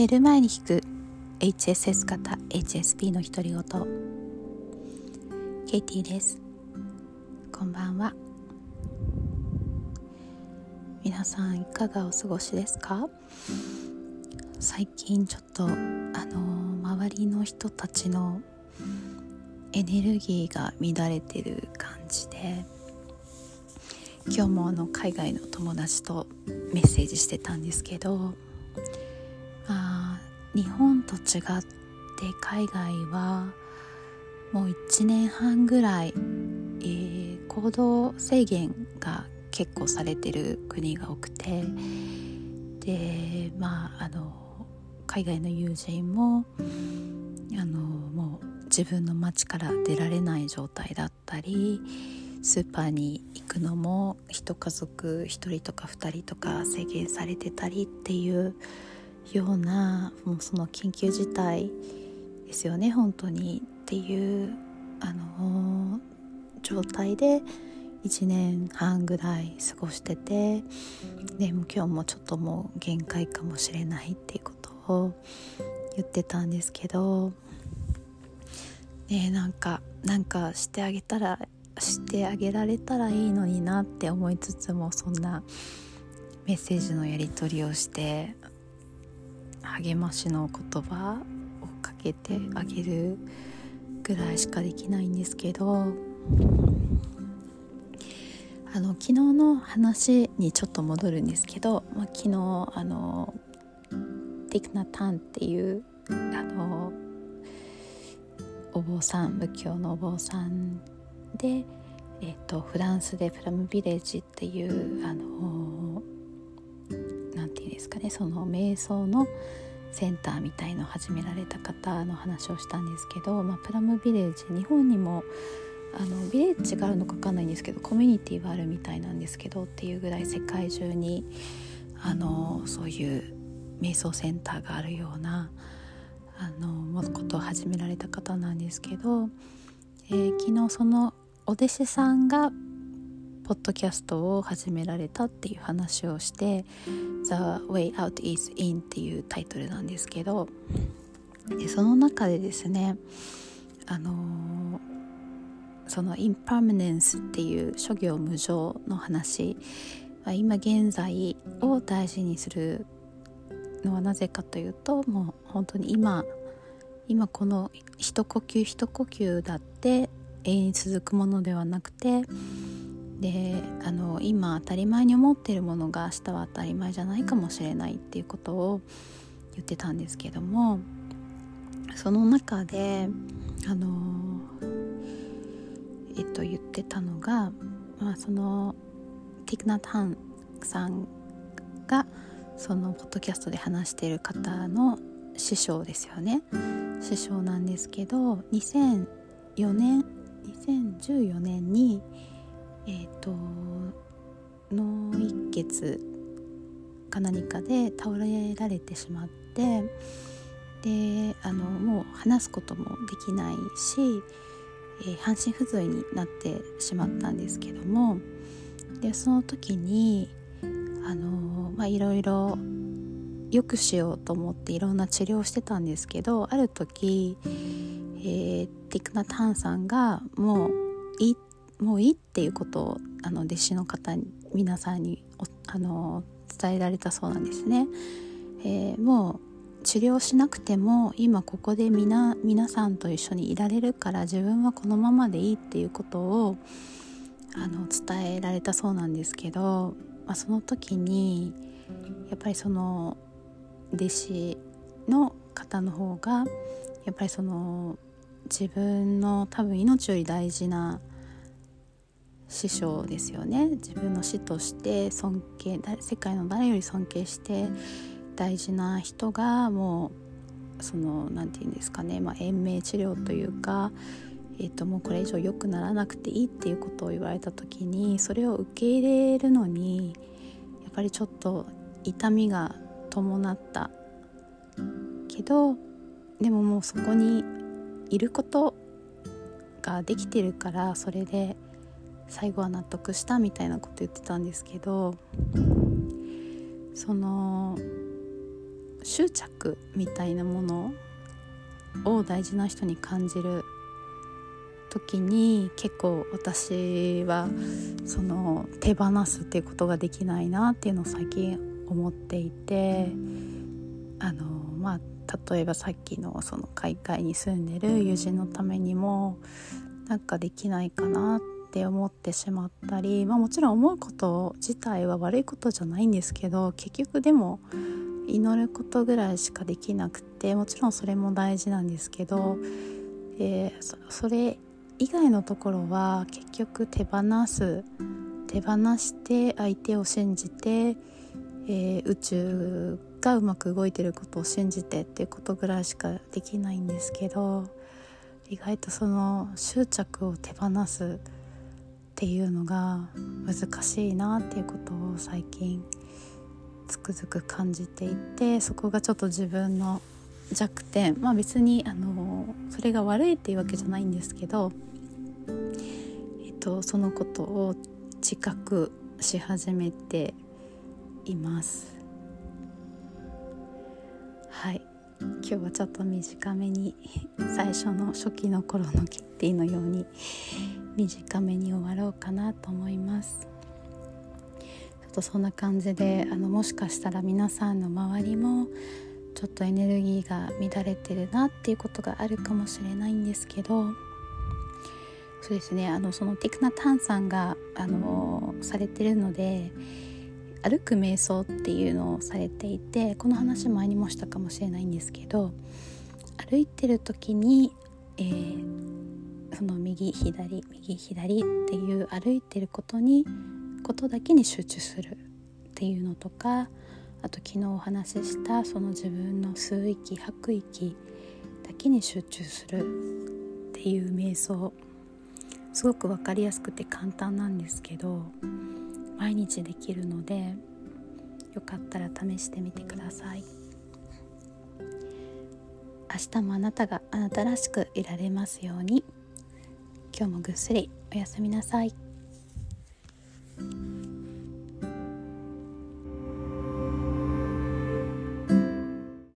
寝る前に聞く HSS 型 HSP の独り言。ケイティです。こんばんは。皆さんいかがお過ごしですか？最近ちょっと周りの人たちのエネルギーが乱れてる感じで、今日も海外の友達とメッセージしてたんですけど、日本と違って海外はもう1年半ぐらい、行動制限が結構されてる国が多くて、で海外の友人ももう自分の町から出られない状態だったり、スーパーに行くのも一家族1人とか2人とか制限されてたりっていうような、もうその緊急事態ですよね本当にっていう状態で1年半ぐらい過ごしてて、でも今日もちょっともう限界かもしれないっていうことを言ってたんですけど、なんかしてあげられたらいいのになって思いつつも、そんなメッセージのやり取りをして励ましの言葉をかけてあげるぐらいしかできないんですけど、昨日の話にちょっと戻るんですけど、昨日ティクナタンっていうお坊さん、仏教のお坊さんで、フランスでプラムビレッジっていうなんていうんですかね、その瞑想のセンターみたいのを始められた方の話をしたんですけど、プラムビレッジ、日本にもビレッジがあるのか分かんないんですけど、コミュニティはあるみたいなんですけど、っていうぐらい世界中にそういう瞑想センターがあるようなことを始められた方なんですけど、昨日そのお弟子さんがポッドキャストを始められたっていう話をして、 The Way Out is In っていうタイトルなんですけど、でその中でですね、そのインパーマネンスっていう諸行無常の話、今現在を大事にするのはなぜかというと、もう本当に今この一呼吸一呼吸だって永遠に続くものではなくて、で今当たり前に思っているものが明日は当たり前じゃないかもしれないっていうことを言ってたんですけども、その中で言ってたのが、そのティクナタンさんがそのポッドキャストで話している方の師匠ですよね。師匠なんですけど、2014年に脳一血か何かで倒れられてしまって、でもう話すこともできないし、半身不随になってしまったんですけども、でその時にいろいろ良くしようと思っていろんな治療をしてたんですけど、ある時、ティクナタンさんがもういいっていうことを弟子の方に皆さんに伝えられたそうなんですね。もう治療しなくても今ここで皆さんと一緒にいられるから、自分はこのままでいいっていうことを伝えられたそうなんですけど、その時にやっぱりその弟子の方の方がやっぱりその自分の多分命より大事な師匠ですよね。自分の師として世界の誰より尊敬して大事な人が、もうそのなんていうんですかね、延命治療というか、もうこれ以上良くならなくていいっていうことを言われた時に、それを受け入れるのにやっぱりちょっと痛みが伴ったけど、でももうそこにいることができてるから、それで最後は納得したみたいなこと言ってたんですけど、その執着みたいなものを大事な人に感じる時に結構私はその手放すっていうことができないなっていうのを最近思っていて、例えばさっきのその海外に住んでる友人のためにもなんかできないかなって思ってしまったり、もちろん思うこと自体は悪いことじゃないんですけど、結局でも祈ることぐらいしかできなくて、もちろんそれも大事なんですけど、それ以外のところは結局手放して相手を信じて、宇宙がうまく動いてることを信じてっていうことぐらいしかできないんですけど、意外とその執着を手放すっていうのが難しいなっていうことを最近つくづく感じていて、そこがちょっと自分の弱点、別にそれが悪いっていうわけじゃないんですけど、そのことを自覚し始めています。はい、今日はちょっと短めに、最初の初期の頃のキッティのように短めに終わろうかなと思います。ちょっとそんな感じでもしかしたら皆さんの周りもちょっとエネルギーが乱れてるなっていうことがあるかもしれないんですけど、そうですね、そのティクナタンさんがされてるので、歩く瞑想っていうのをされていて、この話前にもしたかもしれないんですけど、歩いてる時に、その右左っていう歩いてることだけに集中するっていうのとか、あと昨日お話ししたその自分の吸う息吐く息だけに集中するっていう瞑想、すごく分かりやすくて簡単なんですけど、毎日できるので、よかったら試してみてください。明日もあなたがあなたらしくいられますように。今日もぐっすりおやすみなさい。